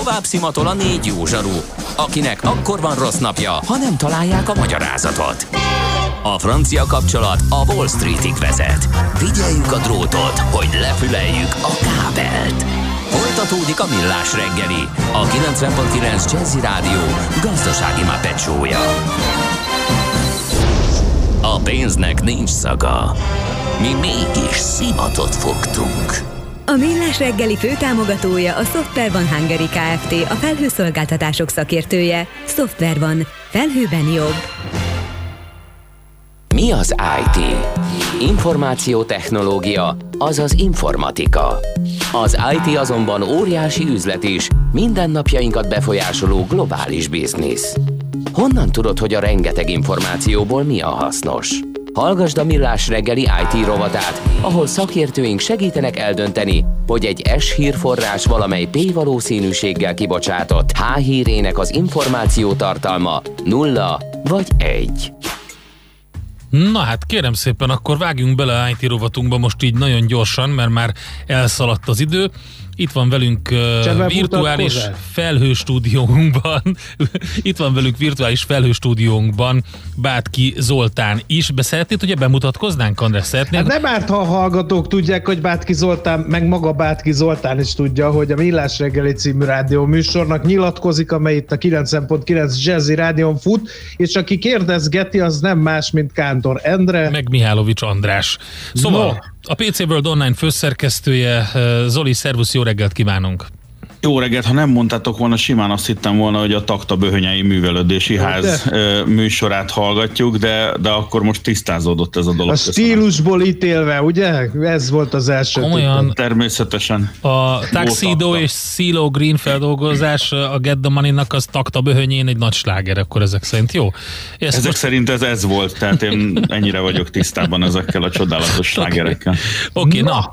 tovább szimatol a 4 jó zsaru, akinek akkor van rossz napja, ha nem találják a magyarázatot. A francia kapcsolat a Wall Streetig vezet. Figyeljük a drótot, hogy lefüleljük a kábelt. Folytatódik a Millás reggeli, a 90.9 Jazzy Rádió gazdasági Muppet show-ja. A pénznek nincs szaga. Mi mégis szimatot fogtunk. A Millás reggeli főtámogatója a Software One Hungary Kft., a felhőszolgáltatások szakértője. Software One. Felhőben jobb. Mi az IT? Információtechnológia, azaz informatika. Az IT azonban óriási üzlet is, mindennapjainkat befolyásoló globális biznisz. Honnan tudod, hogy a rengeteg információból mi a hasznos? Hallgasd a Millás reggeli IT rovatát, ahol szakértőink segítenek eldönteni, hogy egy S hírforrás valamely P valószínűséggel kibocsátott H hírének az információ tartalma 0 vagy 1. Na hát kérem szépen, akkor vágjunk bele a IT rovatunkba most így nagyon gyorsan, mert már elszaladt az idő. Itt van velünk virtuális felhőstúdiónkban, itt van velünk virtuális felhőstúdiónkban Bátki Zoltán is. Szeretnéd, hogy bemutatkoznánk, András? Szeretnéd? Hát nem árt, ha a hallgatók tudják, hogy Bátki Zoltán, meg maga Bátki Zoltán is tudja, hogy a Millás reggeli című rádió műsornak nyilatkozik, amely itt a 90.9 Jazzy Rádión fut, és aki kérdezgeti, az nem más, mint Kántor Endre. Meg Mihálovics András. Szóval a PC World Online főszerkesztője, Zoli, szervusz, jó reggelt kívánunk! Jó reggelt, ha nem mondtátok volna, simán azt hittem volna, hogy a Takta Böhönyei Művelődési Ház műsorát hallgatjuk, de akkor most tisztázódott ez a dolog. A stílusból ítélve, ugye? Ez volt az első. Olyan természetesen. A Tuxedo és CeeLo Green feldolgozás a Get the Money-nak az Takta Böhönyén egy nagy sláger, akkor ezek szerint jó? Ezek szerint ez volt, tehát én ennyire vagyok tisztában ezekkel a csodálatos slágerekkel. Oké, na.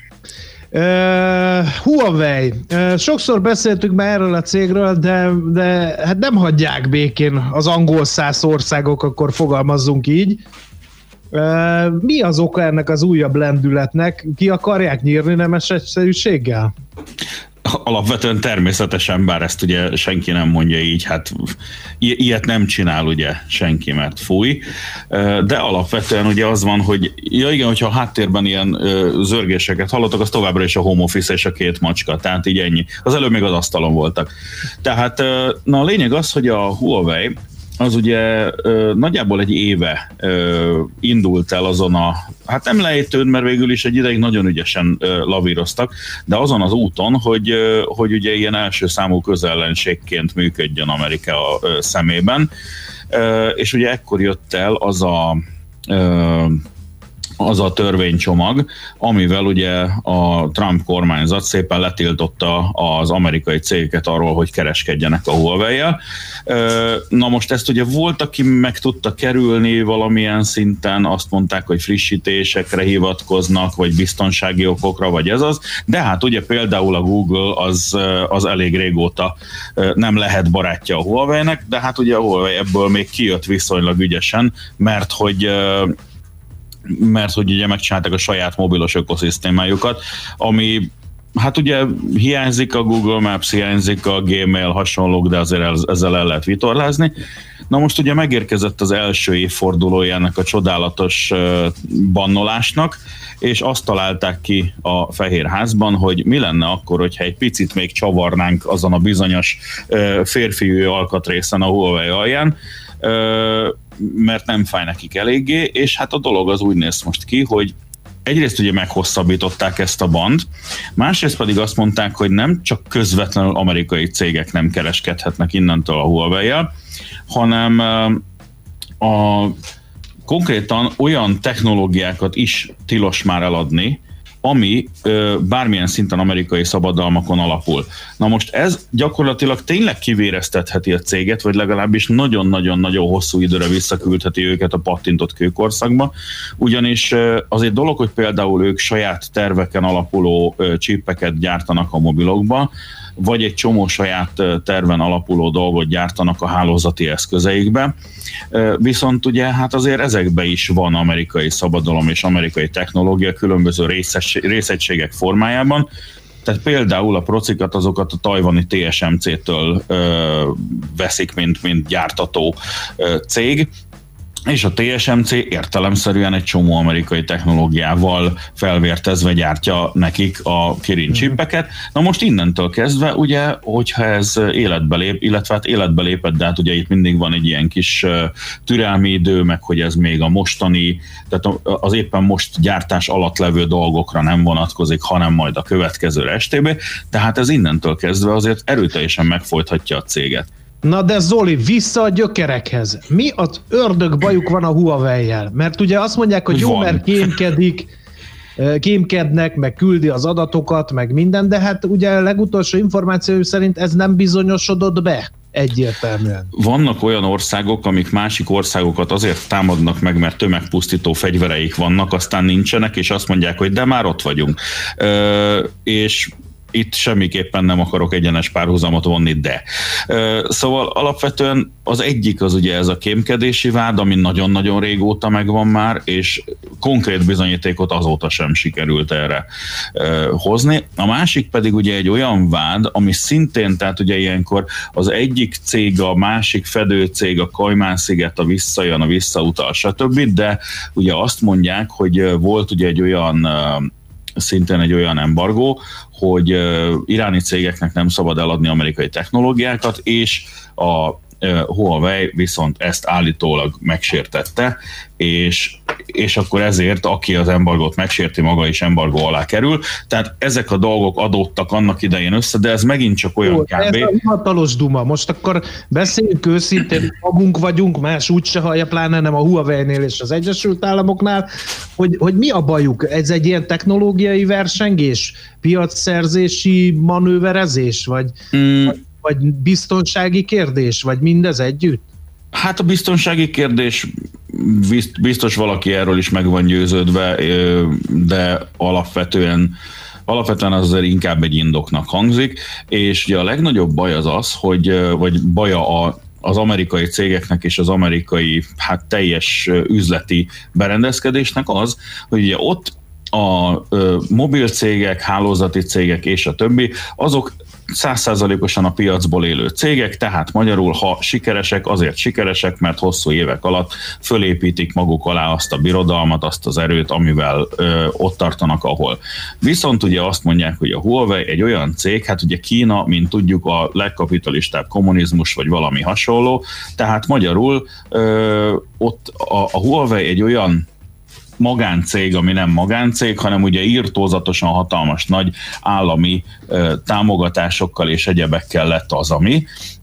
Huawei. Sokszor beszéltünk már erről a cégről, de hát nem hagyják békén az angol száz országok, akkor fogalmazzunk így. Mi az oka ennek az újabb lendületnek? Ki akarják nyírni nemes egyszerűséggel? Alapvetően természetesen, bár ezt ugye senki nem mondja így, hát ilyet nem csinál ugye senki, mert fúj, de alapvetően ugye az van, hogy ja igen, hogyha a háttérben ilyen zörgéseket hallottak, az továbbra is a home office és a két macska, tehát így ennyi. Az előbb még az asztalon voltak. Tehát na a lényeg az, hogy a Huawei az ugye nagyjából egy éve indult el azon a, hát nem lejtőn, mert végül is egy ideig nagyon ügyesen lavíroztak, de azon az úton, hogy ugye ilyen első számú közellenségként működjön Amerika szemében, és ugye ekkor jött el az a törvénycsomag, amivel ugye a Trump kormányzat szépen letiltotta az amerikai cégeket arról, hogy kereskedjenek a Huawei-jel. Na most ezt ugye volt, aki meg tudta kerülni valamilyen szinten, azt mondták, hogy frissítésekre hivatkoznak, vagy biztonsági okokra, vagy ez az, de hát ugye például a Google az elég régóta nem lehet barátja a Huawei-nek, de hát ugye a Huawei ebből még kijött viszonylag ügyesen, mert hogy ugye megcsinálták a saját mobilos ökoszisztémájukat, ami hát ugye hiányzik a Google Maps, hiányzik a Gmail, hasonlók, de azért ezzel el lehet vitorlázni. Na most ugye megérkezett az első évfordulójának a csodálatos bannolásnak, és azt találták ki a Fehérházban, hogy mi lenne akkor, hogyha egy picit még csavarnánk azon a bizonyos férfiű alkatrészen a Huawei alján, mert nem fáj nekik eléggé, és hát a dolog az úgy néz most ki, hogy egyrészt ugye meghosszabbították ezt a band, másrészt pedig azt mondták, hogy nem csak közvetlenül amerikai cégek nem kereskedhetnek innentől a Huawei-jel, hanem konkrétan olyan technológiákat is tilos már eladni, ami bármilyen szinten amerikai szabadalmakon alapul. Na most ez gyakorlatilag tényleg kivéreztetheti a céget, vagy legalábbis nagyon-nagyon-nagyon hosszú időre visszaküldheti őket a pattintott kőkorszakba, ugyanis az egy dolog, hogy például ők saját terveken alapuló csipeket gyártanak a mobilokba, vagy egy csomó saját terven alapuló dolgot gyártanak a hálózati eszközeikbe. Viszont ugye hát azért ezekben is van amerikai szabadalom és amerikai technológia különböző részegységek formájában, Tehát például a procikat azokat a tajvani TSMC-től veszik, mint gyártató cég, és a TSMC értelemszerűen egy csomó amerikai technológiával felvértezve gyártja nekik a Kirin chipeket. Na most innentől kezdve, ugye, hogyha ez életbe lép, illetve hát életbe lépett, de hát ugye itt mindig van egy ilyen kis türelmi idő, meg hogy ez még a mostani, tehát az éppen most gyártás alatt levő dolgokra nem vonatkozik, hanem majd a következőre STB, tehát ez innentől kezdve azért erőteljesen megfojthatja a céget. Na de Zoli, vissza a gyökerekhez. Mi az ördög bajuk van a Huawei-jel? Mert ugye azt mondják, hogy jó, mert kémkednek, meg küldi az adatokat, meg minden, de hát ugye a legutolsó információ szerint ez nem bizonyosodott be egyértelműen. Vannak olyan országok, amik másik országokat azért támadnak meg, mert tömegpusztító fegyvereik vannak, aztán nincsenek, és azt mondják, hogy de már ott vagyunk. És itt semmiképpen nem akarok egyenes párhuzamot vonni, de. Szóval alapvetően az egyik az ugye ez a kémkedési vád, ami nagyon-nagyon régóta megvan már, és konkrét bizonyítékot azóta sem sikerült erre hozni. A másik pedig ugye egy olyan vád, ami szintén, tehát ugye ilyenkor az egyik cég, a másik fedőcég, a Kajmán-sziget, a visszajön, a visszautal, stb., de ugye azt mondják, hogy volt ugye egy olyan szintén egy olyan embargó, hogy iráni cégeknek nem szabad eladni amerikai technológiákat, és a Huawei viszont ezt állítólag megsértette, és akkor ezért, aki az embargót megsérti, maga is embargó alá kerül. Tehát ezek a dolgok adódtak annak idején össze, de ez megint csak olyan kb. Ez a hivatalos duma. Most akkor beszéljünk őszintén, magunk vagyunk, más úgyse hallja, pláne nem a Huawei-nél és az Egyesült Államoknál, hogy mi a bajuk? Ez egy ilyen technológiai versengés? Piacszerzési manőverezés? Vagy biztonsági kérdés? Vagy mindez együtt? Hát a biztonsági kérdés biztos valaki erről is meg van győződve, de alapvetően az azért inkább egy indoknak hangzik, és ugye a legnagyobb baj az, vagy baja az amerikai cégeknek és az amerikai teljes üzleti berendezkedésnek az, hogy ugye ott a mobil cégek, hálózati cégek és a többi, azok 100%-osan a piacból élő cégek, tehát magyarul, ha sikeresek, azért sikeresek, mert hosszú évek alatt fölépítik maguk alá azt a birodalmat, azt az erőt, amivel ott tartanak, ahol. Viszont ugye azt mondják, hogy a Huawei egy olyan cég, hát ugye Kína, mint tudjuk, a legkapitalistább kommunizmus, vagy valami hasonló, tehát magyarul ott a Huawei egy olyan magáncég, ami nem magáncég, hanem ugye irtózatosan hatalmas nagy állami támogatásokkal és egyebekkel lett az, ami,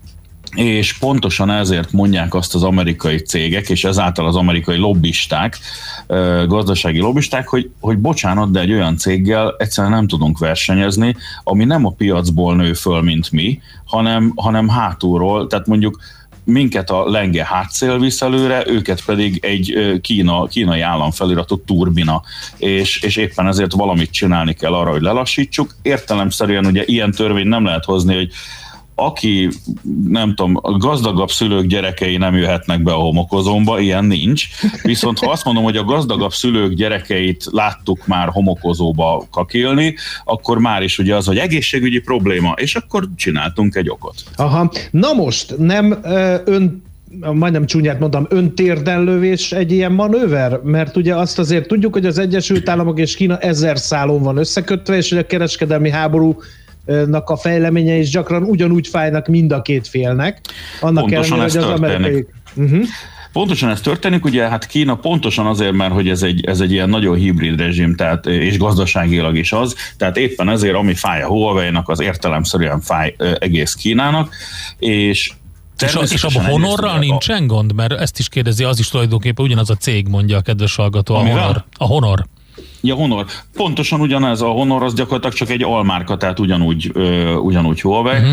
és pontosan ezért mondják azt az amerikai cégek, és ezáltal az amerikai lobbisták, gazdasági lobbisták, hogy bocsánat, de egy olyan céggel egyszerűen nem tudunk versenyezni, ami nem a piacból nő föl, mint mi, hanem hátulról, tehát mondjuk minket a lenge hátszél visz előre, őket pedig egy kínai államfeliratú turbina, és éppen ezért valamit csinálni kell arra, hogy lelassítsuk. Értelemszerűen ugye ilyen törvényt nem lehet hozni, hogy aki, nem tudom, a gazdagabb szülők gyerekei nem jöhetnek be a homokozómba, ilyen nincs. Viszont ha azt mondom, hogy a gazdagabb szülők gyerekeit láttuk már homokozóba kakilni, akkor már is ugye az, hogy egészségügyi probléma, és akkor csináltunk egy okot. Aha, na most nem majdnem csúnyát mondtam, öntérdenlövés egy ilyen manőver? Mert ugye azt azért tudjuk, hogy az Egyesült Államok és Kína 1000 szálon van összekötve, és hogy a kereskedelmi háborúnak a fejleményei is gyakran ugyanúgy fájnak mind a két félnek. Annak pontosan ellenére, hogy az amerikai... Pontosan ez történik, ugye hát Kína pontosan azért, mert hogy ez egy ilyen nagyon hibrid rezsim, tehát, és gazdaságilag is az, tehát éppen ezért ami fáj a Huawei-nak, az értelemszerűen fáj egész Kínának, és a Honorral nincsen gond? Mert ezt is kérdezi, az is tulajdonképpen ugyanaz a cég, mondja a kedves hallgató. A Honor. Ja, Honor. Pontosan ugyanez a Honor, az gyakorlatilag csak egy almárka, tehát ugyanúgy Huawei.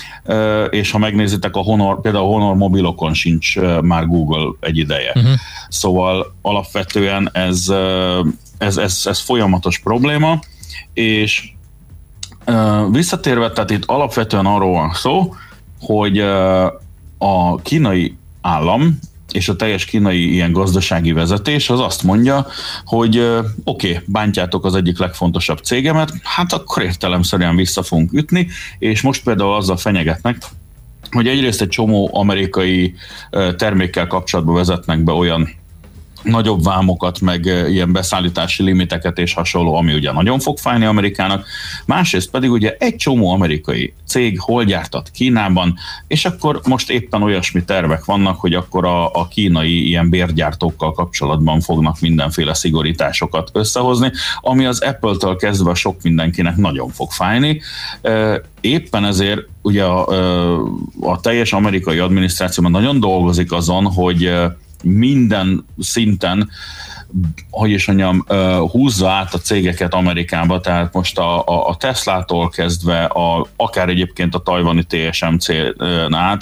És ha megnézitek a Honor, például a Honor mobilokon sincs már Google egy ideje. Szóval alapvetően ez folyamatos probléma, és visszatérve, tehát itt alapvetően arról van szó, hogy a kínai állam és a teljes kínai ilyen gazdasági vezetés az azt mondja, hogy oké, bántjátok az egyik legfontosabb cégemet, hát akkor értelemszerűen vissza fogunk ütni, és most például azzal fenyegetnek, hogy egyrészt egy csomó amerikai termékkel kapcsolatban vezetnek be olyan nagyobb vámokat, meg ilyen beszállítási limiteket és hasonló, ami ugye nagyon fog fájni Amerikának. Másrészt pedig ugye egy csomó amerikai cég hol gyártat Kínában, és akkor most éppen olyasmi tervek vannak, hogy akkor a kínai ilyen bérgyártókkal kapcsolatban fognak mindenféle szigorításokat összehozni, ami az Apple-től kezdve sok mindenkinek nagyon fog fájni. Éppen ezért ugye a teljes amerikai adminisztrációban nagyon dolgozik azon, hogy minden szinten, hogy is mondjam, húzza át a cégeket Amerikába, tehát most a Teslától kezdve, akár egyébként a tajvani TSMC-n át,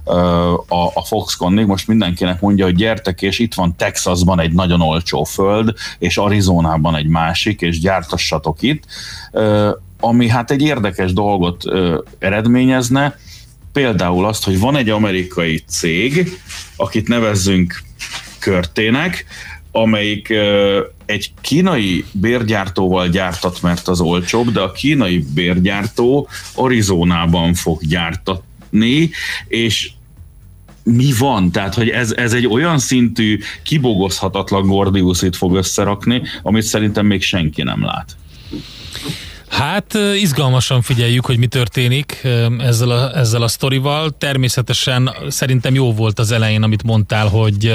a Foxconnig most mindenkinek mondja, hogy gyertek, és itt van Texasban egy nagyon olcsó föld, és Arizonában egy másik, és gyártassatok itt, ami hát egy érdekes dolgot eredményezne, például azt, hogy van egy amerikai cég, akit nevezzünk Körtének, amelyik egy kínai bérgyártóval gyártat, mert az olcsóbb, de a kínai bérgyártó Arizonában fog gyártatni, és mi van? Tehát, hogy ez egy olyan szintű, kibogozhatatlan Gordiuszit fog összerakni, amit szerintem még senki nem lát. Hát izgalmasan figyeljük, hogy mi történik ezzel a sztorival. Természetesen szerintem jó volt az elején, amit mondtál,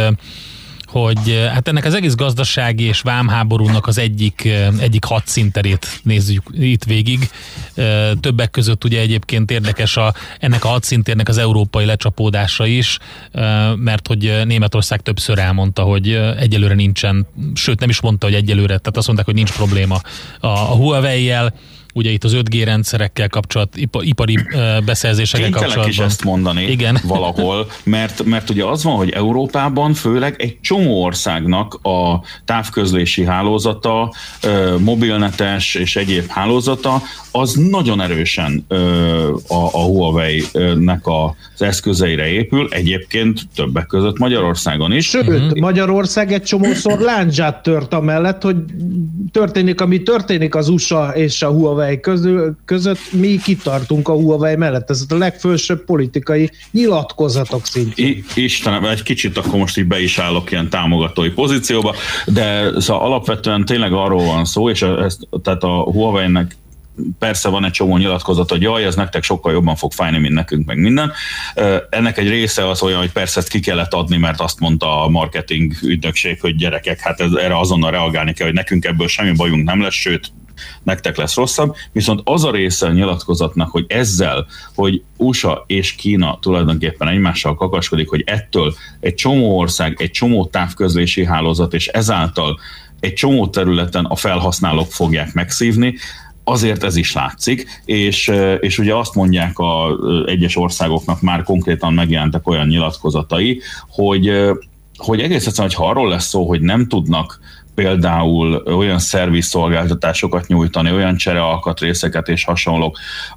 hogy hát ennek az egész gazdasági és vámháborúnak az egyik hadszinterét nézzük itt végig. Többek között ugye egyébként érdekes ennek a hadszintérnek az európai lecsapódása is, mert hogy Németország többször elmondta, hogy egyelőre nincsen, sőt nem is mondta, hogy egyelőre, tehát azt mondták, hogy nincs probléma a Huawei-jel, ugye itt az 5G rendszerekkel ipari beszerzésekkel kapcsolatban. Kénytelenek is ezt mondani. Igen. Valahol, mert ugye az van, hogy Európában főleg egy csomó országnak a távközlési hálózata, mobilnetes és egyéb hálózata, az nagyon erősen a Huawei-nek az eszközeire épül, egyébként többek között Magyarországon is. Sőt, Magyarország egy csomószor lándzsát tört amellett, hogy történik, ami történik az USA és a Huawei között, mi kitartunk a Huawei mellett. Ez a legfősebb politikai nyilatkozatok szintjén. Istenem, egy kicsit akkor most így be is állok ilyen támogatói pozícióba, de szóval alapvetően tényleg arról van szó, és tehát a Huawei-nek persze van egy csomó nyilatkozat, hogy jaj, ez nektek sokkal jobban fog fájni, mint nekünk, meg minden. Ennek egy része az olyan, hogy persze ezt ki kellett adni, mert azt mondta a marketing ügynökség, hogy gyerekek, hát erre azonnal reagálni kell, hogy nekünk ebből semmi bajunk nem lesz, sőt, nektek lesz rosszabb. Viszont az a része a nyilatkozatnak, hogy ezzel, hogy USA és Kína tulajdonképpen egymással kakaskodik, hogy ettől egy csomó ország, egy csomó távközlési hálózat, és ezáltal egy csomó területen a felhasználók fogják megszívni, azért ez is látszik, és ugye azt mondják egyes országoknak, már konkrétan megjelentek olyan nyilatkozatai, hogy egész egyszerűen, ha arról lesz szó, hogy nem tudnak például olyan szervizszolgáltatásokat nyújtani, olyan cserealkatrészeket és hasonlók,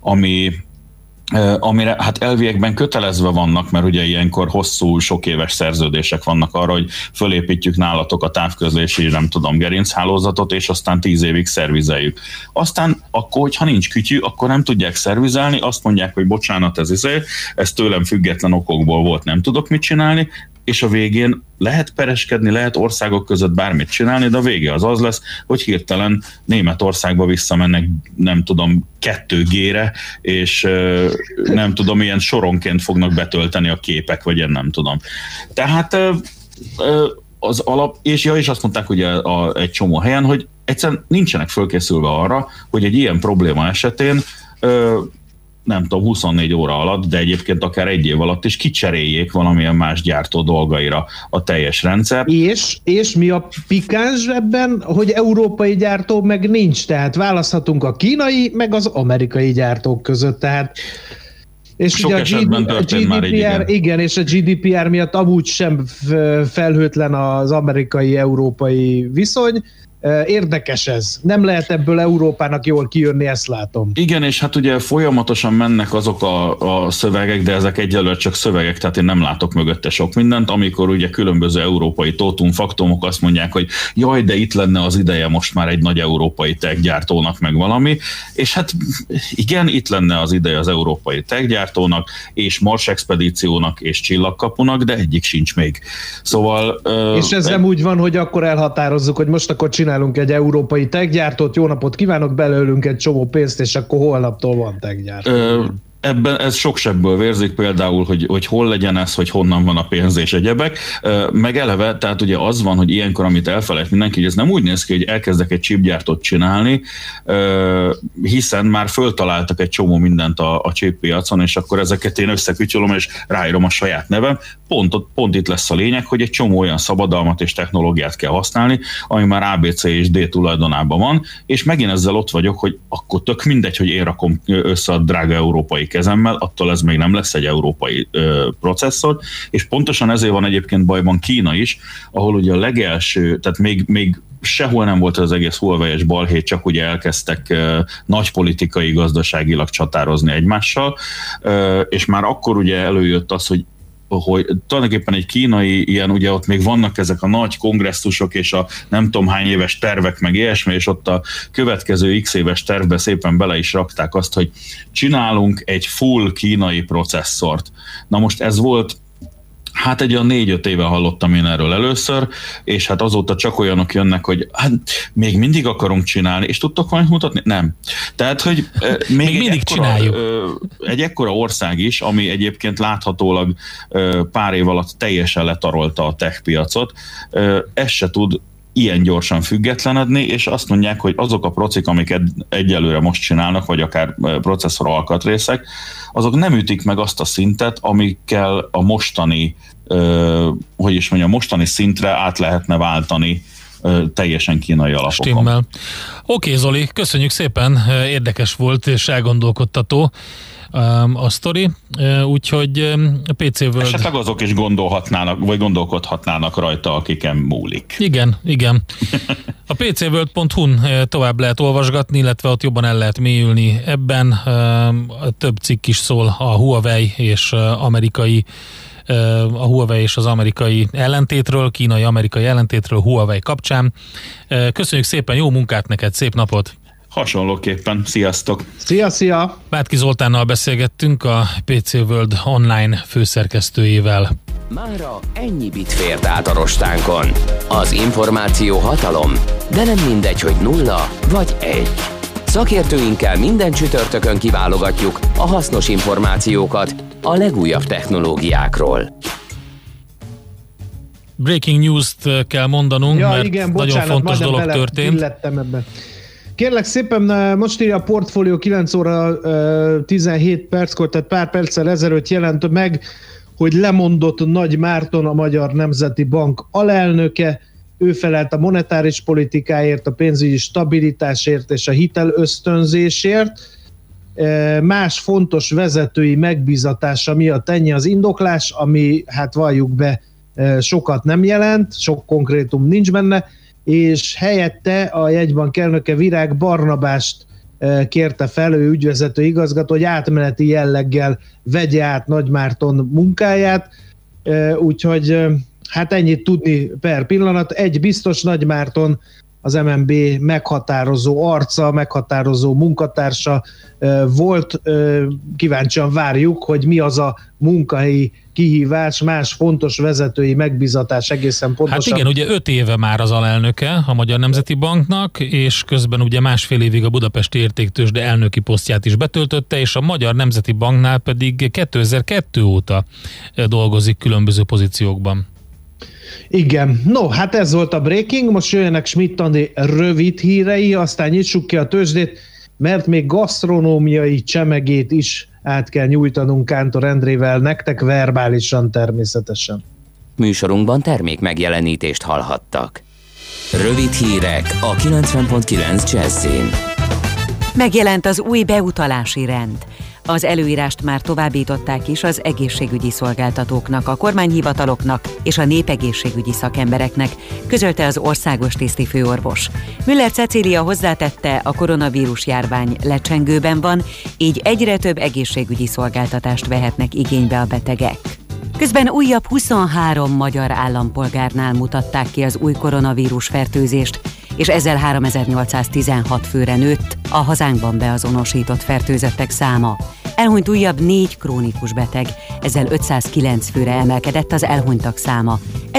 amire hát elviekben kötelezve vannak, mert ugye ilyenkor hosszú, sok éves szerződések vannak arra, hogy fölépítjük nálatok a távközlési, nem tudom, gerinchálózatot, és aztán 10 évig szervizeljük. Aztán akkor, hogyha nincs kütyű, akkor nem tudják szervizelni, azt mondják, hogy bocsánat, ez tőlem független okokból volt, nem tudok mit csinálni, és a végén lehet pereskedni, lehet országok között bármit csinálni, de a vége az lesz, hogy hirtelen Németországba visszamennek, nem tudom, 2G-re, és nem tudom, ilyen soronként fognak betölteni a képek, vagy én nem tudom. Tehát az alap, és azt mondták ugye egy csomó helyen, hogy egyszerűen nincsenek fölkészülve arra, hogy egy ilyen probléma esetén nem tudom, 24 óra alatt, de egyébként akár egy év alatt is kicseréljék valamilyen más gyártó dolgaira a teljes rendszer. És mi a pikáns ebben, hogy európai gyártó meg nincs, tehát választhatunk a kínai, meg az amerikai gyártók között, tehát és sok esetben történt már igen, és a GDPR miatt amúgy sem felhőtlen az amerikai-európai viszony, Érdekes ez. Nem lehet ebből Európának jól kijönni, ezt látom. Igen, és hát ugye folyamatosan mennek azok a szövegek, de ezek egyelőre csak szövegek, tehát én nem látok mögötte sok mindent, amikor ugye különböző európai faktumok azt mondják, hogy jaj, de itt lenne az ideje most már egy nagy európai tech gyártónak meg valami, és hát igen, itt lenne az ideje az európai tech gyártónak, és Mars expedíciónak, és csillagkapunak, de egyik sincs még. Szóval... És ez nem úgy van, hogy akkor elhatározzuk, hogy most akkor csinálunk egy európai tech gyártót, jó napot kívánok, belőlünk egy csomó pénzt, és akkor holnaptól van tech gyártó. Ebben ez sok sebből vérzik, például, hogy hol legyen ez, hogy honnan van a pénz és egyebek. Meg eleve, tehát ugye az van, hogy ilyenkor, amit elfelejt mindenki, hogy ez nem úgy néz ki, hogy elkezdek egy chipgyártót csinálni, hiszen már föltaláltak egy csomó mindent a chippiacon, és akkor ezeket én összekütyölöm, és ráírom a saját nevem. Pont itt lesz a lényeg, hogy egy csomó olyan szabadalmat és technológiát kell használni, ami már ABC és D tulajdonában van, és megint ezzel ott vagyok, hogy akkor tök mindegy, hogy én rakom össze a drága európai kezemmel, attól ez még nem lesz egy európai processzor, és pontosan ezért van egyébként bajban Kína is, ahol ugye a legelső, tehát még sehol nem volt az egész Huawei-es balhét, csak ugye elkezdtek nagy politikai, gazdaságilag csatározni egymással, és már akkor ugye előjött az, hogy tulajdonképpen egy kínai ilyen, ugye ott még vannak ezek a nagy kongresszusok és a nem tudom hány éves tervek meg ilyesmi, és ott a következő x éves tervbe szépen bele is rakták azt, hogy csinálunk egy full kínai processzort. Na most ez volt, hát egy olyan 4-5 éve hallottam én erről először, és hát azóta csak olyanok jönnek, hogy hát még mindig akarunk csinálni, és tudtok valamit mutatni? Nem. Tehát, hogy még mindig csináljuk. Egy ekkora ország is, ami egyébként láthatólag pár év alatt teljesen letarolta a tech piacot, ez se tud ilyen gyorsan függetlenedni, és azt mondják, hogy azok a procik, amiket egyelőre most csinálnak, vagy akár processzor alkatrészek, azok nem ütik meg azt a szintet, amikkel a mostani, mostani szintre át lehetne váltani teljesen kínai alapokon. Stimmel. Oké, Zoli, köszönjük szépen, érdekes volt és elgondolkodtató a sztori, úgyhogy a PC World... Esetleg azok is gondolhatnának, vagy gondolkodhatnának rajta, akiken múlik. Igen. A pcworld.hu-n tovább lehet olvasgatni, illetve ott jobban el lehet mélyülni ebben. Több cikk is szól a Huawei és az amerikai ellentétről, kínai-amerikai ellentétről Huawei kapcsán. Köszönjük szépen, jó munkát neked, szép napot! Hasonlóképpen. Sziasztok! Szia! Bátki Zoltánnal beszélgettünk, a PC World online főszerkesztőjével. Mára ennyi bit fért át a rostánkon. Az információ hatalom, de nem mindegy, hogy 0 vagy 1. Szakértőinkkel minden csütörtökön kiválogatjuk a hasznos információkat a legújabb technológiákról. Breaking news-t kell mondanunk, mert igen, nagyon fontos dolog történt. Kérlek szépen, most írja a Portfolio 9 óra 17 perckor, tehát pár perccel ezelőtt jelent meg, hogy lemondott Nagy Márton, a Magyar Nemzeti Bank alelnöke. Ő felelt a monetáris politikáért, a pénzügyi stabilitásért és a hitelösztönzésért. Más fontos vezetői megbízatása miatt ennyi az indoklás, ami hát valljuk be sokat nem jelent, sok konkrétum nincs benne, és helyette a jegybank elnöke Virág Barnabást kérte fel, ő ügyvezető igazgató, hogy átmeneti jelleggel vegye át Nagy Márton munkáját, úgyhogy hát ennyit tudni per pillanat. Egy biztos, Nagy Márton az MNB meghatározó arca, meghatározó munkatársa volt. Kíváncsian várjuk, hogy mi az a munkahelyi kihívás, más fontos vezetői megbízatás egészen pontosan. Hát igen, ugye 5 éve már az alelnöke a Magyar Nemzeti Banknak, és közben ugye másfél évig a Budapesti Értéktőzsde elnöki posztját is betöltötte, és a Magyar Nemzeti Banknál pedig 2002 óta dolgozik különböző pozíciókban. Igen. No, hát ez volt a breaking, most jöjjenek Schmidt-Andi rövid hírei, aztán nyissuk ki a tőzsdét, mert még gasztronómiai csemegét is át kell nyújtanunk Kántor Endrével, nektek verbálisan természetesen. Műsorunkban termék megjelenítést hallhattak. Rövid hírek a 90.9 Jazzin. Megjelent az új beutalási rend. Az előírást már továbbították is az egészségügyi szolgáltatóknak, a kormányhivataloknak és a népegészségügyi szakembereknek, közölte az országos tisztifőorvos. Müller Cecília hozzátette, a koronavírus járvány lecsengőben van, így egyre több egészségügyi szolgáltatást vehetnek igénybe a betegek. Közben újabb 23 magyar állampolgárnál mutatták ki az új koronavírus fertőzést, és ezzel 3816 főre nőtt a hazánkban beazonosított fertőzöttek száma. Elhunyt újabb 4 krónikus beteg, ezzel 509 főre emelkedett az elhunytak száma,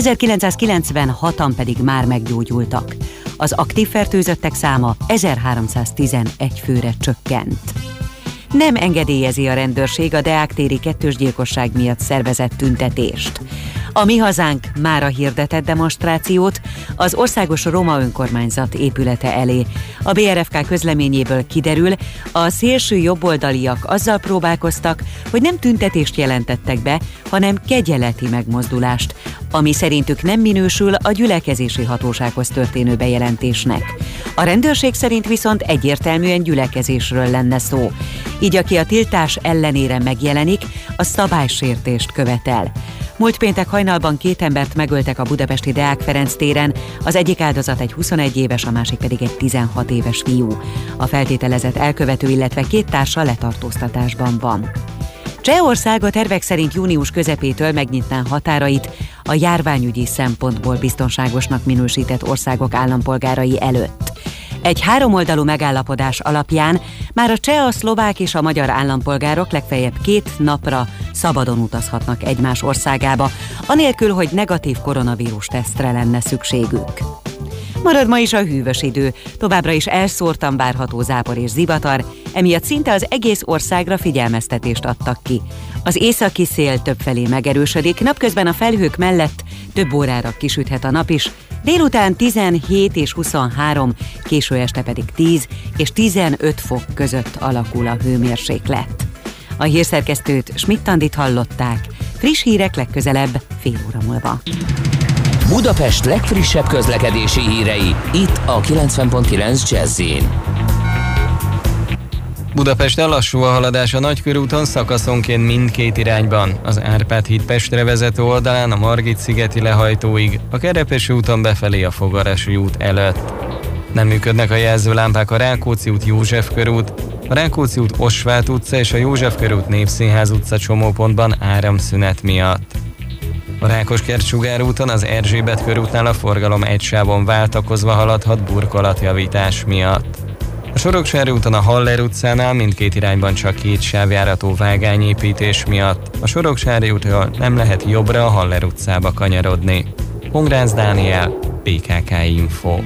1996-an pedig már meggyógyultak. Az aktív fertőzöttek száma 1311 főre csökkent. Nem engedélyezi a rendőrség a Deák téri kettős gyilkosság miatt szervezett tüntetést. A Mi Hazánk mára hirdetett demonstrációt az Országos Roma Önkormányzat épülete elé. A BRFK közleményéből kiderül, a szélső jobboldaliak azzal próbálkoztak, hogy nem tüntetést jelentettek be, hanem kegyeleti megmozdulást, ami szerintük nem minősül a gyülekezési hatósághoz történő bejelentésnek. A rendőrség szerint viszont egyértelműen gyülekezésről lenne szó. Így aki a tiltás ellenére megjelenik, a szabálysértést követel. Múlt péntek hajnalban 2 embert megöltek a budapesti Deák Ferenc téren, az egyik áldozat egy 21 éves, a másik pedig egy 16 éves fiú. A feltételezett elkövető, illetve 2 társa letartóztatásban van. Csehország a tervek szerint június közepétől megnyitná határait a járványügyi szempontból biztonságosnak minősített országok állampolgárai előtt. Egy 3-oldalú megállapodás alapján már a cseh, a szlovák és a magyar állampolgárok legfeljebb 2 napra szabadon utazhatnak egymás országába, anélkül, hogy negatív koronavírus tesztre lenne szükségük. Marad ma is a hűvös idő, továbbra is elszórtan várható zápor és zivatar, emiatt szinte az egész országra figyelmeztetést adtak ki. Az északi szél többfelé megerősödik, napközben a felhők mellett több órára kisüthet a nap is, délután 17 és 23, késő este pedig 10 és 15 fok között alakul a hőmérséklet. A hírszerkesztőt, Schmidt-Andit hallották, friss hírek legközelebb fél óra múlva. Budapest legfrissebb közlekedési hírei, itt a 90.9 Jazz-in. Budapesten lassú a haladás a Nagykörúton szakaszonként mindkét irányban. Az Árpád híd Pestre vezető oldalán a Margit-szigeti lehajtóig, a Kerepesi úton befelé a Fogarasi út előtt. Nem működnek a jelzőlámpák a Rákóczi út József körút, a Rákóczi út Osváth utca és a József körút Népszínház utca csomópontban áramszünet miatt. A Rákoskert-Sugár úton az Erzsébet körútnál a forgalom egy sávon váltakozva haladhat burkolatjavítás miatt. A Soroksári úton a Haller utcánál mindkét irányban csak 2 sávjárató vágányépítés miatt. A Soroksári útról nem lehet jobbra a Haller utcába kanyarodni. Pongrácz Dániel, PKK Info.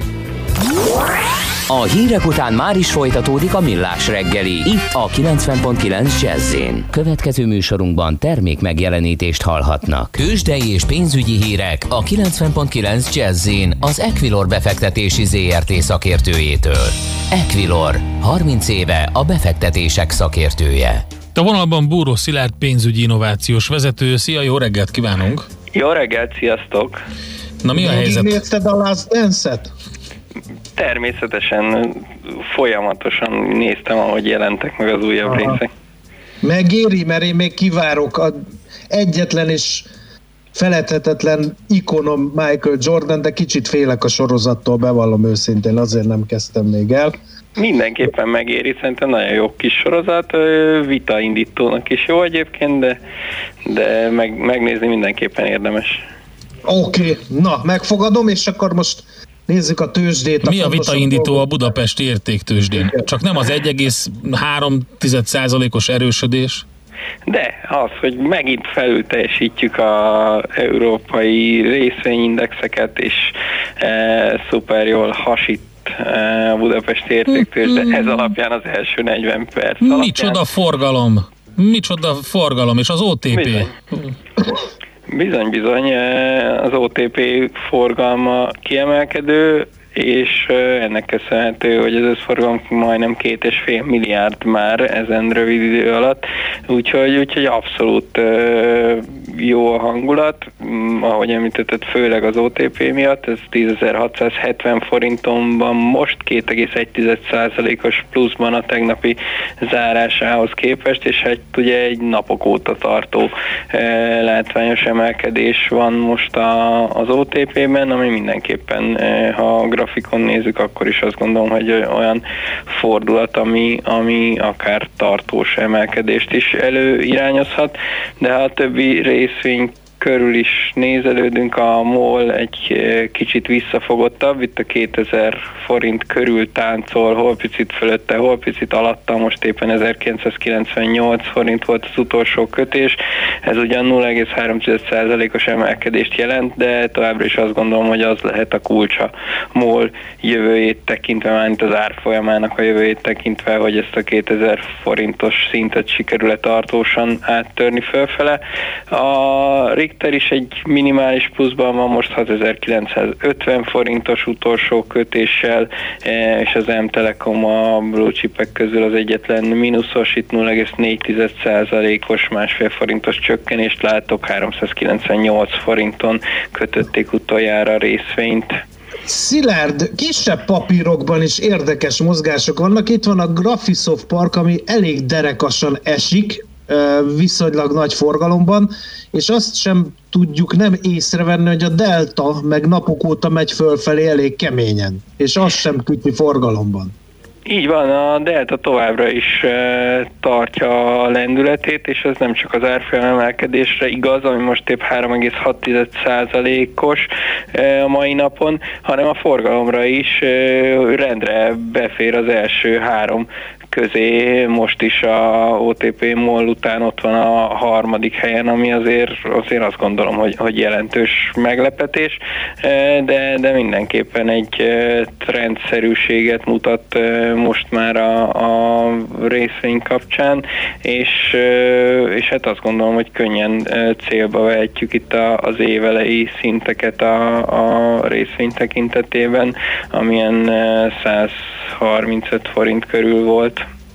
A hírek után már is folytatódik a Millás reggeli, itt a 90.9 Jazz-in. Következő műsorunkban termék megjelenítést hallhatnak. Tőzsdei és pénzügyi hírek a 90.9 Jazz-in az Equilor befektetési ZRT szakértőjétől. Equilor, 30 éve a befektetések szakértője. A vonalban Búró Szilárd pénzügyi innovációs vezető. Szia, jó reggelt kívánunk! Jó reggelt, sziasztok! Na mi a helyzet? Nézted a Last Dance-et? Természetesen folyamatosan néztem, ahogy jelentek meg az újabb részek. Megéri, mert én még kivárok egyetlen és feledhetetlen ikonom Michael Jordan, de kicsit félek a sorozattól, bevallom őszintén, azért nem kezdtem még el. Mindenképpen megéri, szerintem nagyon jó kis sorozat, vitaindítónak is jó egyébként, de megnézni mindenképpen érdemes. Oké, na, megfogadom, és akkor most nézzük a tőzsdét. Mi a vitaindító a budapesti értéktőzsdén? Csak nem az 1,3%-os erősödés? De az, hogy megint felül teljesítjük az európai részvényindexeket, és szuper jól hasít a budapesti értéktőzsde, ez alapján az első 40 perc alapján. Micsoda forgalom! Micsoda forgalom, és az OTP? Bizony, az OTP forgalma kiemelkedő, és ennek köszönhető, hogy az összforgalom majdnem 2,5 milliárd már ezen rövid idő alatt, úgyhogy abszolút jó a hangulat, ahogy említetted, főleg az OTP miatt, ez 10.670 forinton van most, 2,1%-os pluszban a tegnapi zárásához képest, és hát ugye egy napok óta tartó látványos emelkedés van most az OTP-ben, ami mindenképpen, ha a grafikon nézzük, akkor is azt gondolom, hogy olyan fordulat, ami akár tartós emelkedést is előirányozhat, de ha a többi részvény körül is nézelődünk, a MOL egy kicsit visszafogottabb, itt a 2000 forint körül táncol, hol picit fölötte, hol picit alatta, most éppen 1998 forint volt az utolsó kötés, ez ugyan 0,3%-os emelkedést jelent, de továbbra is azt gondolom, hogy az lehet a kulcsa MOL jövőjét tekintve, mármint az árfolyamának a jövőjét tekintve, hogy ezt a 2000 forintos szintet sikerül-e tartósan áttörni fölfele. A Richter is egy minimális pluszban van, most 6950 forintos utolsó kötéssel, és az M-Telekom a blue chipek közül az egyetlen mínuszos, itt 0,4%-os, másfél forintos csökkenést látok, 398 forinton kötötték utoljára a részvényt. Szilárd, kisebb papírokban is érdekes mozgások vannak. Itt van a Graphisoft Park, ami elég derekasan esik, viszonylag nagy forgalomban, és azt sem tudjuk nem észrevenni, hogy a Delta meg napok óta megy fölfelé elég keményen, és az sem küti forgalomban. Így van, a Delta továbbra is tartja a lendületét, és ez nem csak az árfolyam emelkedésre igaz, ami most épp 3,6%-os a mai napon, hanem a forgalomra is rendre befér az első három közé, most is a OTP MOL után ott van a harmadik helyen, ami azért azt gondolom, hogy jelentős meglepetés, de mindenképpen egy trendszerűséget mutat most már a részvény kapcsán, és hát azt gondolom, hogy könnyen célba vehetjük itt az évelei szinteket a részvény tekintetében, amilyen 135 forint körül volt.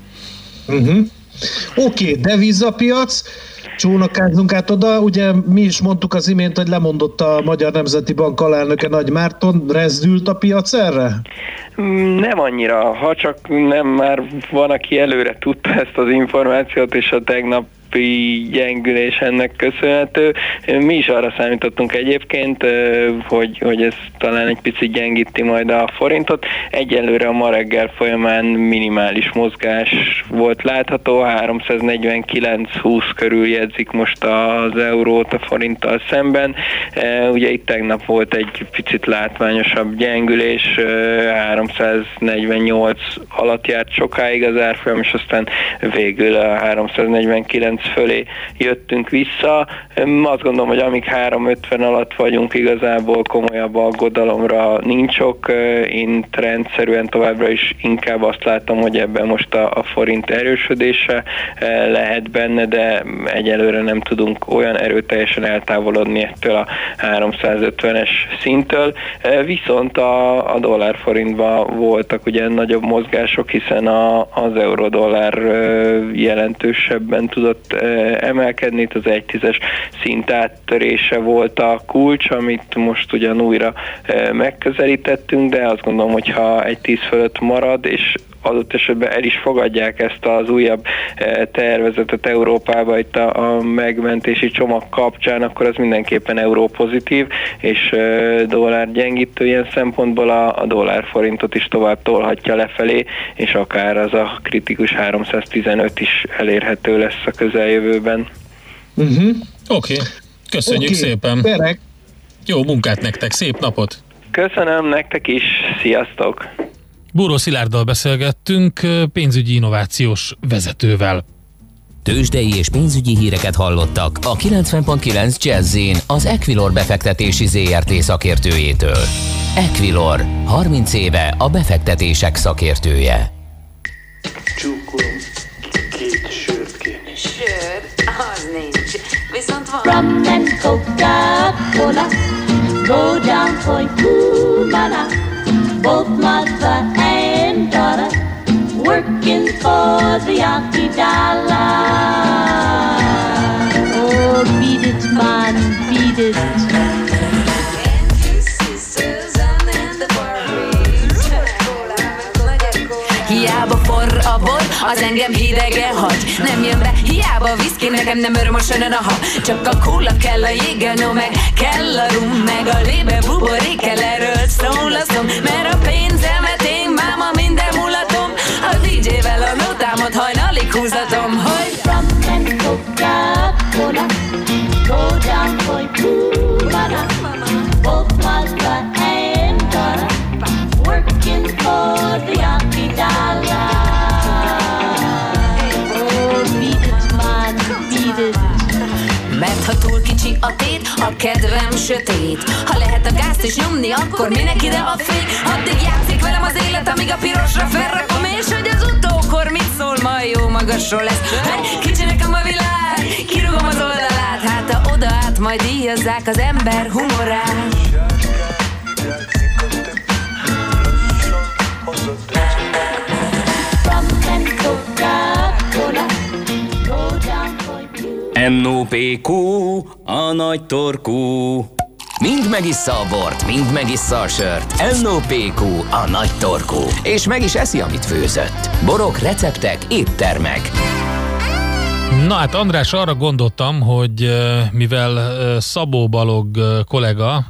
Oké, devizapiac, csónakázunk át oda, ugye mi is mondtuk az imént, hogy lemondott a Magyar Nemzeti Bank alelnöke Nagy Márton, rezdült a piac erre? Nem annyira, ha csak nem már van, aki előre tudta ezt az információt, és a tegnapi gyengülés ennek köszönhető. Mi is arra számítottunk egyébként, hogy ez talán egy picit gyengíti majd a forintot. Egyelőre a ma reggel folyamán minimális mozgás volt látható, 349-20 körül jegyzik most az eurót a forinttal szemben. Ugye itt tegnap volt egy picit látványosabb gyengülés, 348 alatt járt sokáig az árfolyam, és aztán végül a 349 fölé jöttünk vissza. Azt gondolom, hogy amíg 350 alatt vagyunk, igazából komolyabb aggodalomra nincs ok. Én rendszerűen továbbra is inkább azt látom, hogy ebben most a forint erősödése lehet benne, de egyelőre nem tudunk olyan erőteljesen eltávolodni ettől a 350-es szinttől. Viszont a dollár-forintban voltak ugye nagyobb mozgások, hiszen az euró-dollár jelentősebben tudott emelkedni, itt az 1,10-es szint áttörése volt a kulcs, amit most ugyan újra megközelítettünk, de azt gondolom, hogy ha 1,10 fölött marad, és adott esetben el is fogadják ezt az újabb tervezetet Európába itt a megmentési csomag kapcsán, akkor az mindenképpen európozitív, és dollár gyengítő ilyen szempontból a dollár-forintot is tovább tolhatja lefelé, és akár az a kritikus 315 is elérhető lesz a közeljövőben. Oké. Köszönjük szépen. Berek. Jó munkát nektek, szép napot! Köszönöm nektek is, sziasztok! Búró Szilárddal beszélgettünk, pénzügyi innovációs vezetővel. Tőzsdei és pénzügyi híreket hallottak a 90.9 Jazz-in az Equilor befektetési ZRT szakértőjétől. Equilor, 30 éve a befektetések szakértője. Csókolom, két sört kérni. Sör? Az nincs. Viszont van. Rum and Coca-Cola, go down Point Cumana, both mother and daughter, working for the Yankee dollar. Oh, beat it, man, beat it. Hiába forr a bor, az engem hidegen hagy. Nem jön be, hiába a viszki, nekem nem örömösön a ha. Csak a kóla kell, a jéggel, no meg kell a rum, meg a lébe buborék kell, erről szól a szom. Mert a pénzemet én máma minden mulatom, a DJ-vel a nótámat hajnalig húzatom, hogy Rum and Coca-Cola, go down for Kumana, both mother and daughter, working for the Yankee dollar. Oh, beat it, man, beat it. mert ha túl kicsi a tét, a kedvem sötét. Ha lehet a gázt is nyomni, akkor minek ide a fék? Addig játszik velem az élet, amíg a pirosra felrakom, és hogy az utókor mit szól, majd jó magasról lesz. Hey, kicsi nekem a világ, kirúgom az oldalát, hát ha oda át, majd díjazzák az ember humorát. NOPQ, a nagy torkú. Mind megissza a bort, mind megissza a sört. NOPQ, a nagy torkú. És meg is eszi, amit főzött. Borok, receptek, éttermek. Na hát András, arra gondoltam, hogy mivel Szabó Balog kollega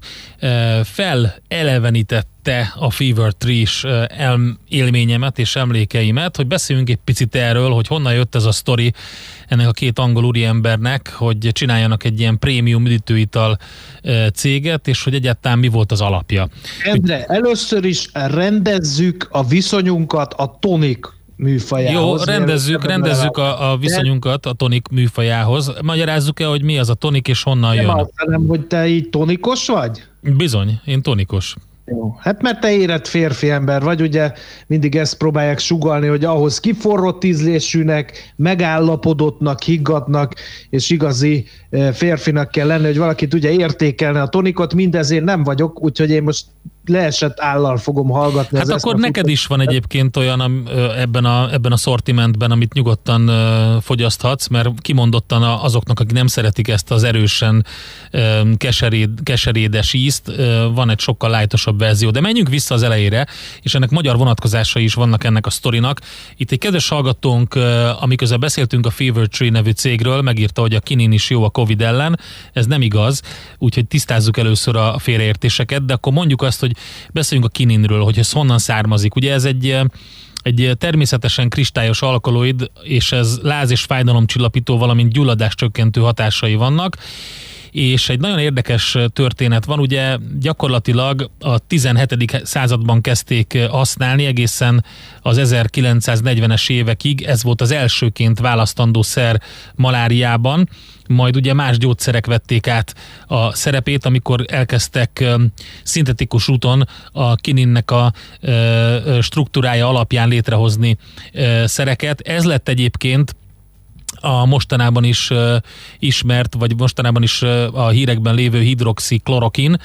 felelevenítette a Fever Tree-s élményemet és emlékeimet, hogy beszéljünk egy picit erről, hogy honnan jött ez a sztori ennek a két angol úriembernek, hogy csináljanak egy ilyen prémium üdítőital céget, és hogy egyáltalán mi volt az alapja. Endre, először is rendezzük a viszonyunkat a tonik műfajához. Jó, rendezzük a viszonyunkat a tonik műfajához. Magyarázzuk-e, hogy mi az a tonik és honnan jön? Nem azt hanem, hogy te így tonikos vagy? Bizony, én tonikos. Jó. Hát mert te érett férfi ember vagy, ugye mindig ezt próbálják sugallni, hogy ahhoz kiforrott ízlésűnek, megállapodottnak, higgadtnak, és igazi férfinak kell lenni, hogy valakit ugye értékelne a tonikot, mindezért nem vagyok, úgyhogy én most leesett állal fogom hallgatni. Hát akkor neked is van egyébként olyan ebben a szortimentben, amit nyugodtan fogyaszthatsz, mert kimondottan azoknak, akik nem szeretik ezt az erősen keserédes ízt, van egy sokkal lightosabb verzió. De menjünk vissza az elejére, és ennek magyar vonatkozásai is vannak ennek a sztorinak. Itt egy kedves hallgatónk, amiközben beszéltünk a Fever Tree nevű cégről, megírta, hogy a kinin is jó a Covid ellen. Ez nem igaz, úgyhogy tisztázzuk először a félreértéseket, de akkor mondjuk azt, hogy beszéljünk a kininről, hogy ez honnan származik. Ugye ez egy természetesen kristályos alkaloid, és ez láz- és fájdalomcsillapító, valamint gyulladáscsökkentő hatásai vannak, és egy nagyon érdekes történet van, ugye gyakorlatilag a 17. században kezdték használni, egészen az 1940-es évekig, ez volt az elsőként választandó szer maláriában, majd ugye más gyógyszerek vették át a szerepét, amikor elkezdtek szintetikus úton a kininnek a struktúrája alapján létrehozni szereket. Ez lett egyébként a mostanában is ismert, vagy mostanában is a hírekben lévő hidroxiklorokin,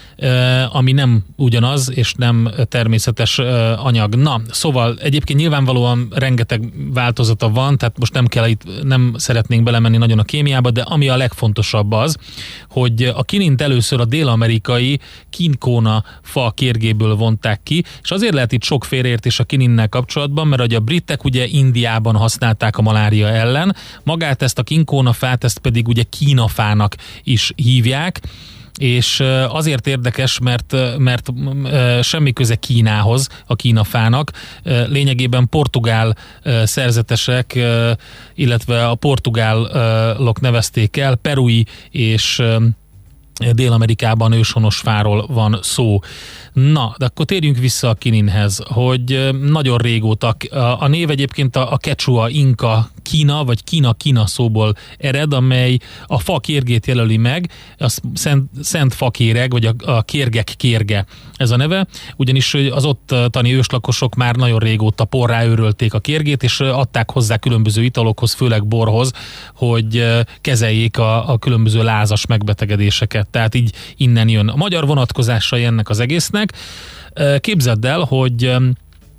ami nem ugyanaz, és nem természetes anyag. Na, szóval egyébként nyilvánvalóan rengeteg változata van, tehát most nem szeretnénk belemenni nagyon a kémiába, de ami a legfontosabb az, hogy a kinint először a dél-amerikai kinkóna fa kérgéből vonták ki, és azért lehet itt sok félreértés a kininnel kapcsolatban, mert a britek ugye Indiában használták a malária ellen, magát ezt a kinkónafát, ezt pedig ugye kínafának is hívják, és azért érdekes, mert semmi köze Kínához, a kínafának. Lényegében portugál szerzetesek, illetve a portugálok nevezték el, perui és Dél-Amerikában őshonos fáról van szó. Na, de akkor térjünk vissza a kininhez, hogy nagyon régóta, a név egyébként a quechua, inka, Kína, vagy Kína szóból ered, amely a fa kérgét jelöli meg, a szent fakéreg, vagy a kérgek kérge ez a neve, ugyanis az ottani őslakosok már nagyon régóta porrá őrölték a kérgét, és adták hozzá különböző italokhoz, főleg borhoz, hogy kezeljék a különböző lázas megbetegedéseket. Tehát így innen jön a magyar vonatkozásai ennek az egésznek. Képzeld el, hogy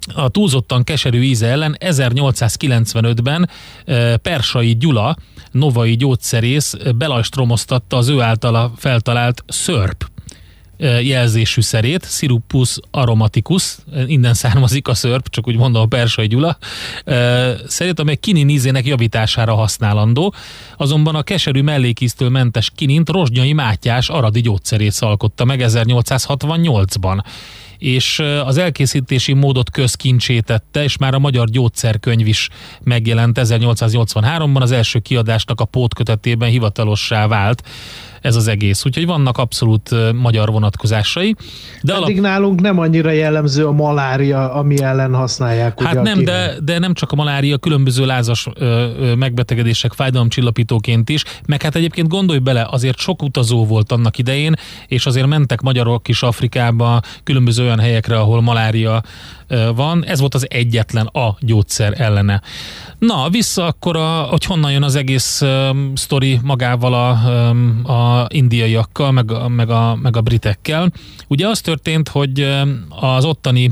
a túlzottan keserű íze ellen 1895-ben Persai Gyula, novai gyógyszerész belajstromoztatta az ő általa feltalált szörp jelzésű szerét, Syrupus aromaticus, innen származik a szörp, csak úgy mondom, a Persai Gyula szerét, amely kinin ízének javítására használandó, azonban a keserű mellékíztől mentes kinint Rozsnyai Mátyás aradi gyógyszerész alkotta meg 1868-ban. És az elkészítési módot közkincsé tette, és már a Magyar Gyógyszerkönyv is megjelent 1883-ban, az első kiadásnak a pótkötetében hivatalossá vált ez az egész. Úgyhogy vannak abszolút magyar vonatkozásai. De eddig nálunk nem annyira jellemző a malária, ami ellen használják. Hát nem, de nem csak a malária, különböző lázas megbetegedések fájdalomcsillapítóként is, meg hát egyébként gondolj bele, azért sok utazó volt annak idején, és azért mentek magyarok is Afrikába, különböző olyan helyekre, ahol malária van. Ez volt az egyetlen a gyógyszer ellene. Na, vissza akkor, hogy honnan jön az egész sztori magával a indiaiakkal, meg a britekkel. Ugye az történt, hogy az ottani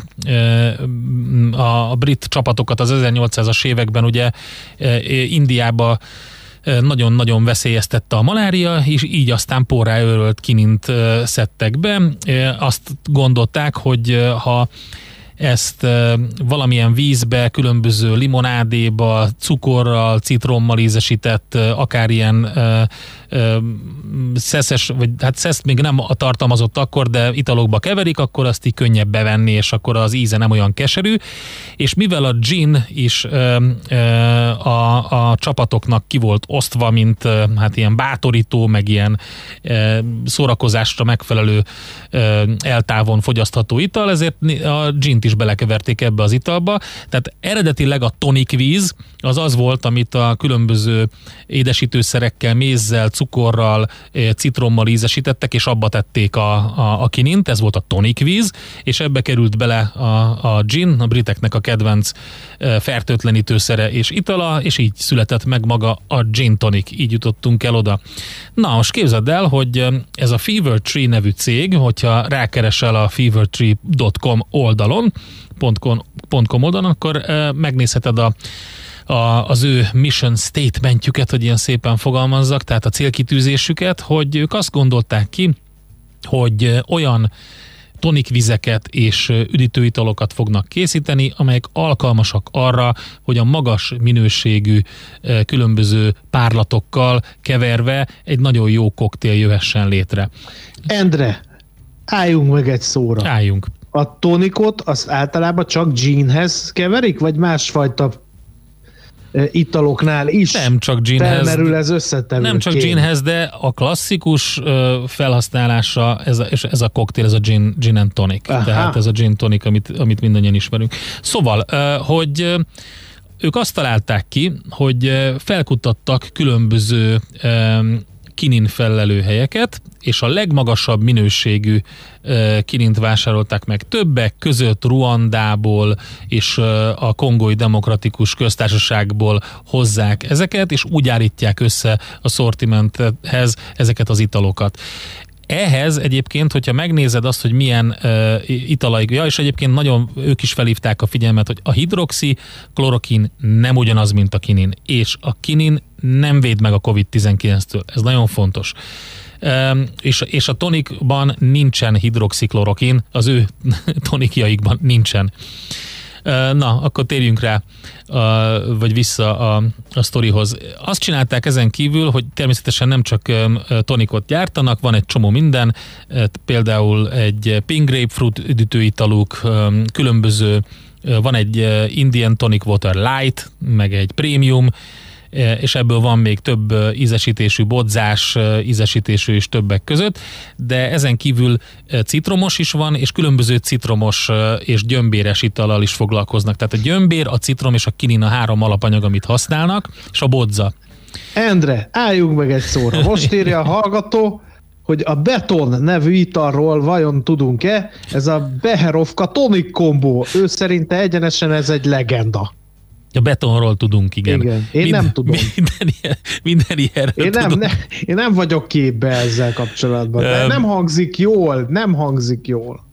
a brit csapatokat az 1800-as években ugye Indiába nagyon-nagyon veszélyeztette a malária, és így aztán porrá őrölt kinint szedtek be. Azt gondolták, hogy ha ezt valamilyen vízbe, különböző limonádéba, cukorral, citrommal ízesített, akár ilyen szeszes, vagy hát szeszt még nem tartalmazott akkor, de italokba keverik, akkor azt így könnyebb bevenni, és akkor az íze nem olyan keserű. És mivel a gin is a csapatoknak ki volt osztva, mint hát ilyen bátorító, meg ilyen szórakozásra megfelelő eltávon fogyasztható ital, ezért a gint is belekeverték ebbe az italba. Tehát eredetileg a tonik víz az volt, amit a különböző édesítőszerekkel, mézzel, cukorral, citrommal ízesítettek, és abba tették a kinint, ez volt a tonik víz, és ebbe került bele a gin, a briteknek a kedvenc fertőtlenítőszere és itala, és így született meg maga a gin tonic, így jutottunk el oda. Na, most képzeld el, hogy ez a Fever Tree nevű cég, hogyha rákeresel a fevertree.com oldalon, .com oldalon, akkor megnézheted az ő mission statementjüket, hogy ilyen szépen fogalmazzak, tehát a célkitűzésüket, hogy ők azt gondolták ki, hogy olyan tonikvizeket és üdítőitalokat fognak készíteni, amelyek alkalmasak arra, hogy a magas minőségű különböző párlatokkal keverve egy nagyon jó koktél jöhessen létre. Endre, álljunk meg egy szóra. Álljunk. A tonikot az általában csak ginhez keverik, vagy másfajta italoknál is nem csak ginhez, felmerül ez összetevőként? Nem csak ginhez, de a klasszikus felhasználása, ez a koktél, ez a gin and tonic. Aha. Tehát ez a gin tonic, amit mindannyian ismerünk. Szóval, hogy ők azt találták ki, hogy felkutattak különböző kinin fellelőhelyeket, és a legmagasabb minőségű kinint vásárolták meg. Többek között Ruandából és a Kongói Demokratikus Köztársaságból hozzák ezeket, és úgy állítják össze a szortimenthez ezeket az italokat. Ehhez egyébként, hogyha megnézed azt, hogy milyen italaik, és egyébként nagyon ők is felhívták a figyelmet, hogy a hidroxiklorokin nem ugyanaz, mint a kinin, és a kinin nem véd meg a COVID-19-től. Ez nagyon fontos. És a tonikban nincsen hidroxiklorokin, az ő tonikjaikban nincsen. Na, akkor térjünk rá, vagy vissza a sztorihoz. Azt csinálták ezen kívül, hogy természetesen nem csak tonikot gyártanak, van egy csomó minden, például egy pink grapefruit üdítőitaluk, különböző, van egy Indian Tonic Water Light, meg egy Premium, és ebből van még több ízesítésű, bodzás ízesítésű is többek között, de ezen kívül citromos is van, és különböző citromos és gyömbéres itallal is foglalkoznak. Tehát a gyömbér, a citrom és a kinin a 3 alapanyag, amit használnak, és a bodza. Endre, álljunk meg egy szóra. Most írja a hallgató, hogy a Beton nevű italról vajon tudunk-e? Ez a Beherovka Tonic kombó. Ő szerinte egyenesen ez egy legenda. A Betonról tudunk, igen. Én nem tudom. Minden ilyenről tudunk. Én nem vagyok képbe ezzel kapcsolatban. Nem hangzik jól.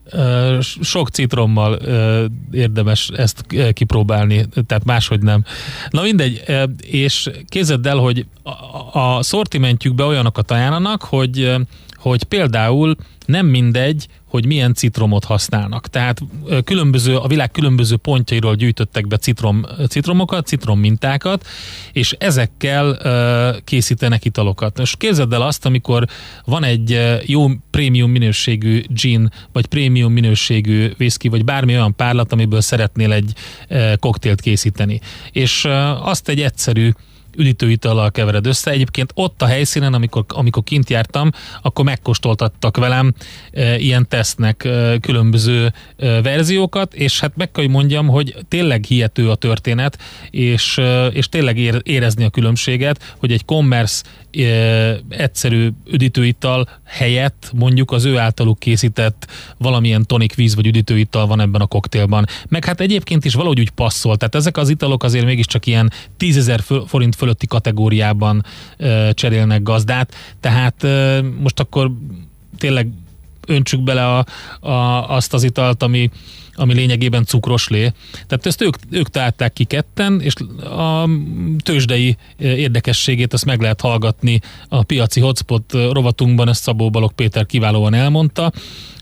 Sok citrommal érdemes ezt kipróbálni, tehát máshogy nem. Na mindegy, és képzeld el, hogy a szortimentjükbe olyanokat ajánlanak, hogy például nem mindegy, hogy milyen citromot használnak. Tehát a világ különböző pontjairól gyűjtöttek be citromokat, citrommintákat, és ezekkel készítenek italokat. Most képzeld el azt, amikor van egy jó prémium minőségű gin, vagy prémium minőségű whisky, vagy bármi olyan párlat, amiből szeretnél egy koktélt készíteni. És azt egy egyszerű üdítőitallal kevered össze. Egyébként ott a helyszínen, amikor kint jártam, akkor megkóstoltattak velem ilyen tesztnek különböző verziókat, és hát meg kell, hogy mondjam, hogy tényleg hihető a történet, és tényleg érezni a különbséget, hogy egy commerce egyszerű üdítőital helyett mondjuk az ő általuk készített valamilyen tonik víz vagy üdítőital van ebben a koktélban. Meg hát egyébként is valahogy úgy passzol. Tehát ezek az italok azért mégiscsak ilyen 10 000 forint fölötti kategóriában cserélnek gazdát. Tehát most akkor tényleg öntsük bele azt az italt, ami lényegében cukroslé. Tehát ezt ők találták ki ketten, és a tőzsdei érdekességét azt meg lehet hallgatni a piaci hotspot rovatunkban, ezt Szabó Balogh Péter kiválóan elmondta.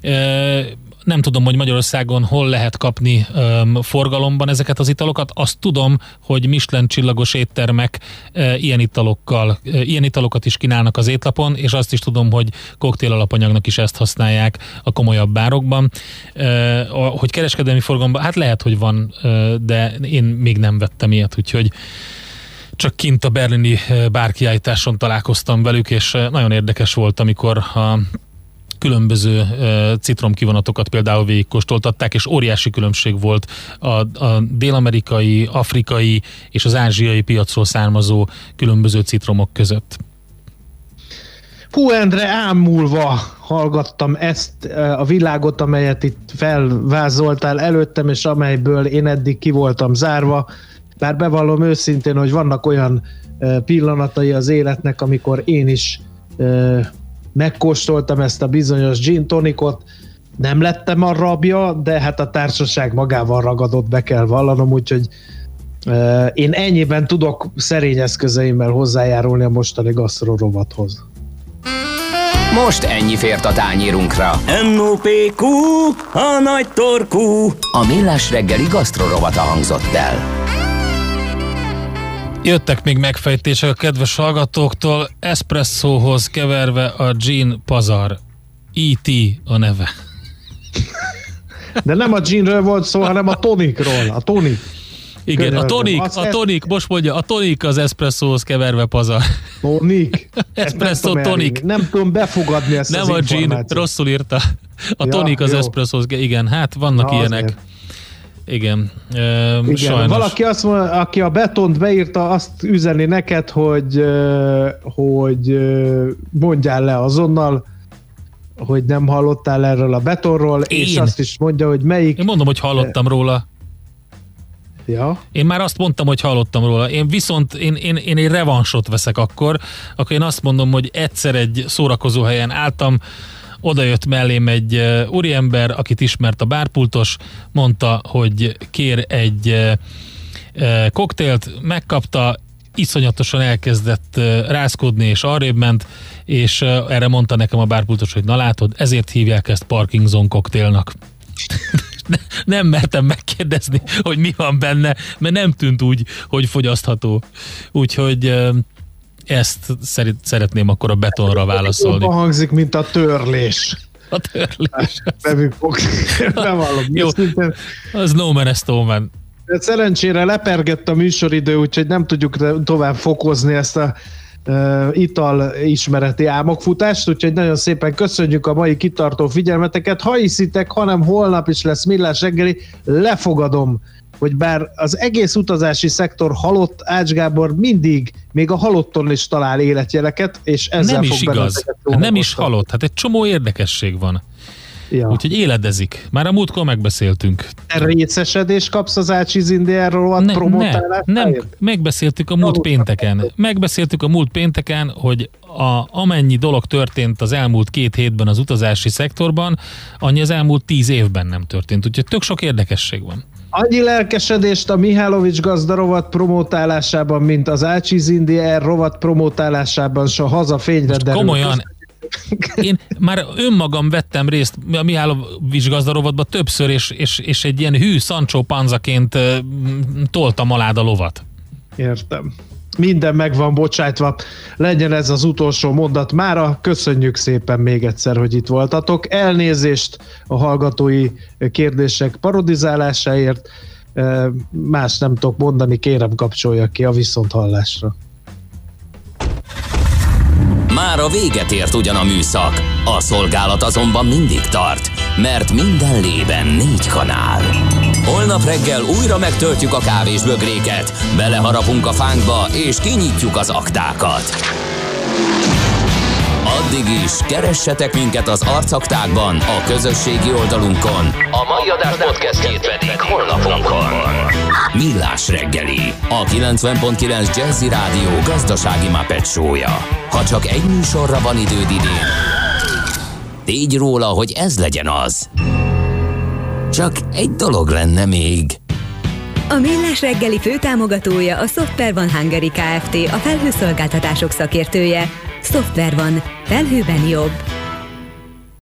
Nem tudom, hogy Magyarországon hol lehet kapni forgalomban ezeket az italokat. Azt tudom, hogy Michelin csillagos éttermek ilyen italokat is kínálnak az étlapon, és azt is tudom, hogy koktél alapanyagnak is ezt használják a komolyabb bárokban. Hogy kereskedelmi forgalomban, hát lehet, hogy van, de én még nem vettem ilyet, úgyhogy csak kint a berlini bárkiállításon találkoztam velük, és nagyon érdekes volt, amikor a különböző citromkivonatokat például végigkóstoltatták, és óriási különbség volt a dél-amerikai, afrikai és az ázsiai piacról származó különböző citromok között. Hú, Endre, ámulva hallgattam ezt a világot, amelyet itt felvázoltál előttem, és amelyből én eddig ki voltam zárva. Bár bevallom őszintén, hogy vannak olyan pillanatai az életnek, amikor én is megkóstoltam ezt a bizonyos gin tonicot, nem lettem a rabja, de hát a társaság magával ragadott, be kell vallanom, úgyhogy én ennyiben tudok szerény eszközeimmel hozzájárulni a mostani gasztrorovathoz. Most ennyi fért a tányérunkra. NOPQ, a nagy torkú. A Millás reggeli gasztrorovata hangzott el. Jöttek még megfejtések a kedves hallgatóktól, espresszóhoz keverve a gin pazar. E.T. a neve. De nem a ginről volt szó, hanem a tonikról. A tonik. Igen, a tonik, most mondja, a tonik az espresszóhoz keverve pazar. Tonik? Espresszó tonik. Nem tudom befogadni ezt nem az információt. Nem a gin, rosszul írta. A tonik az espresszóhoz, igen, hát vannak ilyenek. Azért. Igen, sajnos. Valaki azt mondja, aki a betont beírta, azt üzeni neked, hogy mondjál le azonnal, hogy nem hallottál erről a betonról, és azt is mondja, hogy melyik... Én mondom, hogy hallottam róla. Ja. Én már azt mondtam, hogy hallottam róla. Én viszont én egy revansot veszek akkor én azt mondom, hogy egyszer egy szórakozó helyen álltam, oda jött mellém egy úriember, akit ismert a bárpultos, mondta, hogy kér egy koktélt, megkapta, iszonyatosan elkezdett rázkodni, és arrébb ment, és erre mondta nekem a bárpultos, hogy na látod, ezért hívják ezt Parkinson koktélnak. Nem mertem megkérdezni, hogy mi van benne, mert nem tűnt úgy, hogy fogyasztható. Úgyhogy ezt szeretném akkor a betonra válaszolni. Jobban hangzik, mint a törlés. A törlés. Jó, az no man, ez no man. Szerencsére lepergett a műsoridő, úgyhogy nem tudjuk tovább fokozni ezt a ital ismereti álmokfutást, úgyhogy nagyon szépen köszönjük a mai kitartó figyelmeteket. Ha hiszitek, hanem holnap is lesz Millás reggeli, lefogadom, hogy bár az egész utazási szektor halott, Ács Gábor mindig, még a halotton is talál életjeleket, és ezzel nem fog is igaz. Nem is halott, hát egy csomó érdekesség van. Ja. Úgyhogy éledezik. Már a múltkor megbeszéltünk. Részesedést kapsz az Ácsiz India rovat promotálás? Nem, megbeszéltük a múlt pénteken. Megbeszéltük a múlt pénteken, hogy amennyi dolog történt az elmúlt 2 hétben az utazási szektorban, annyi az elmúlt 10 évben nem történt. Úgyhogy tök sok érdekesség van. Annyi lelkesedést a Mihálovics gazda rovat promotálásában, mint az Ácsiz India rovat promotálásában, s a haza fényre derül. Komolyan, én már önmagam vettem részt a Mihálovics gazda rovatba többször, és egy ilyen hű Sancho Panzaként toltam alá a lovat. Értem. Minden meg van bocsájtva. Legyen ez az utolsó mondat mára. Köszönjük szépen még egyszer, hogy itt voltatok. Elnézést a hallgatói kérdések parodizálásáért. Más nem tudok mondani, kérem kapcsoljak ki a viszonthallásra. Már a véget ért ugyan a műszak, a szolgálat azonban mindig tart, mert minden lében 4 kanál. Holnap reggel újra megtöltjük a kávésbögréket, beleharapunk a fánkba és kinyitjuk az aktákat. Addig is keressetek minket az arcaktákban, a közösségi oldalunkon, a mai adás podcastjét pedig honlapunkon. Millás reggeli, a 90.9 Jazzy Rádió gazdasági Muppet show-ja. Ha csak egy műsorra van időd idén, tégy róla, hogy ez legyen az. Csak egy dolog lenne még. A Millás reggeli főtámogatója a Software One Hungary Kft., a felhőszolgáltatások szakértője. Software One. Felhőben jobb.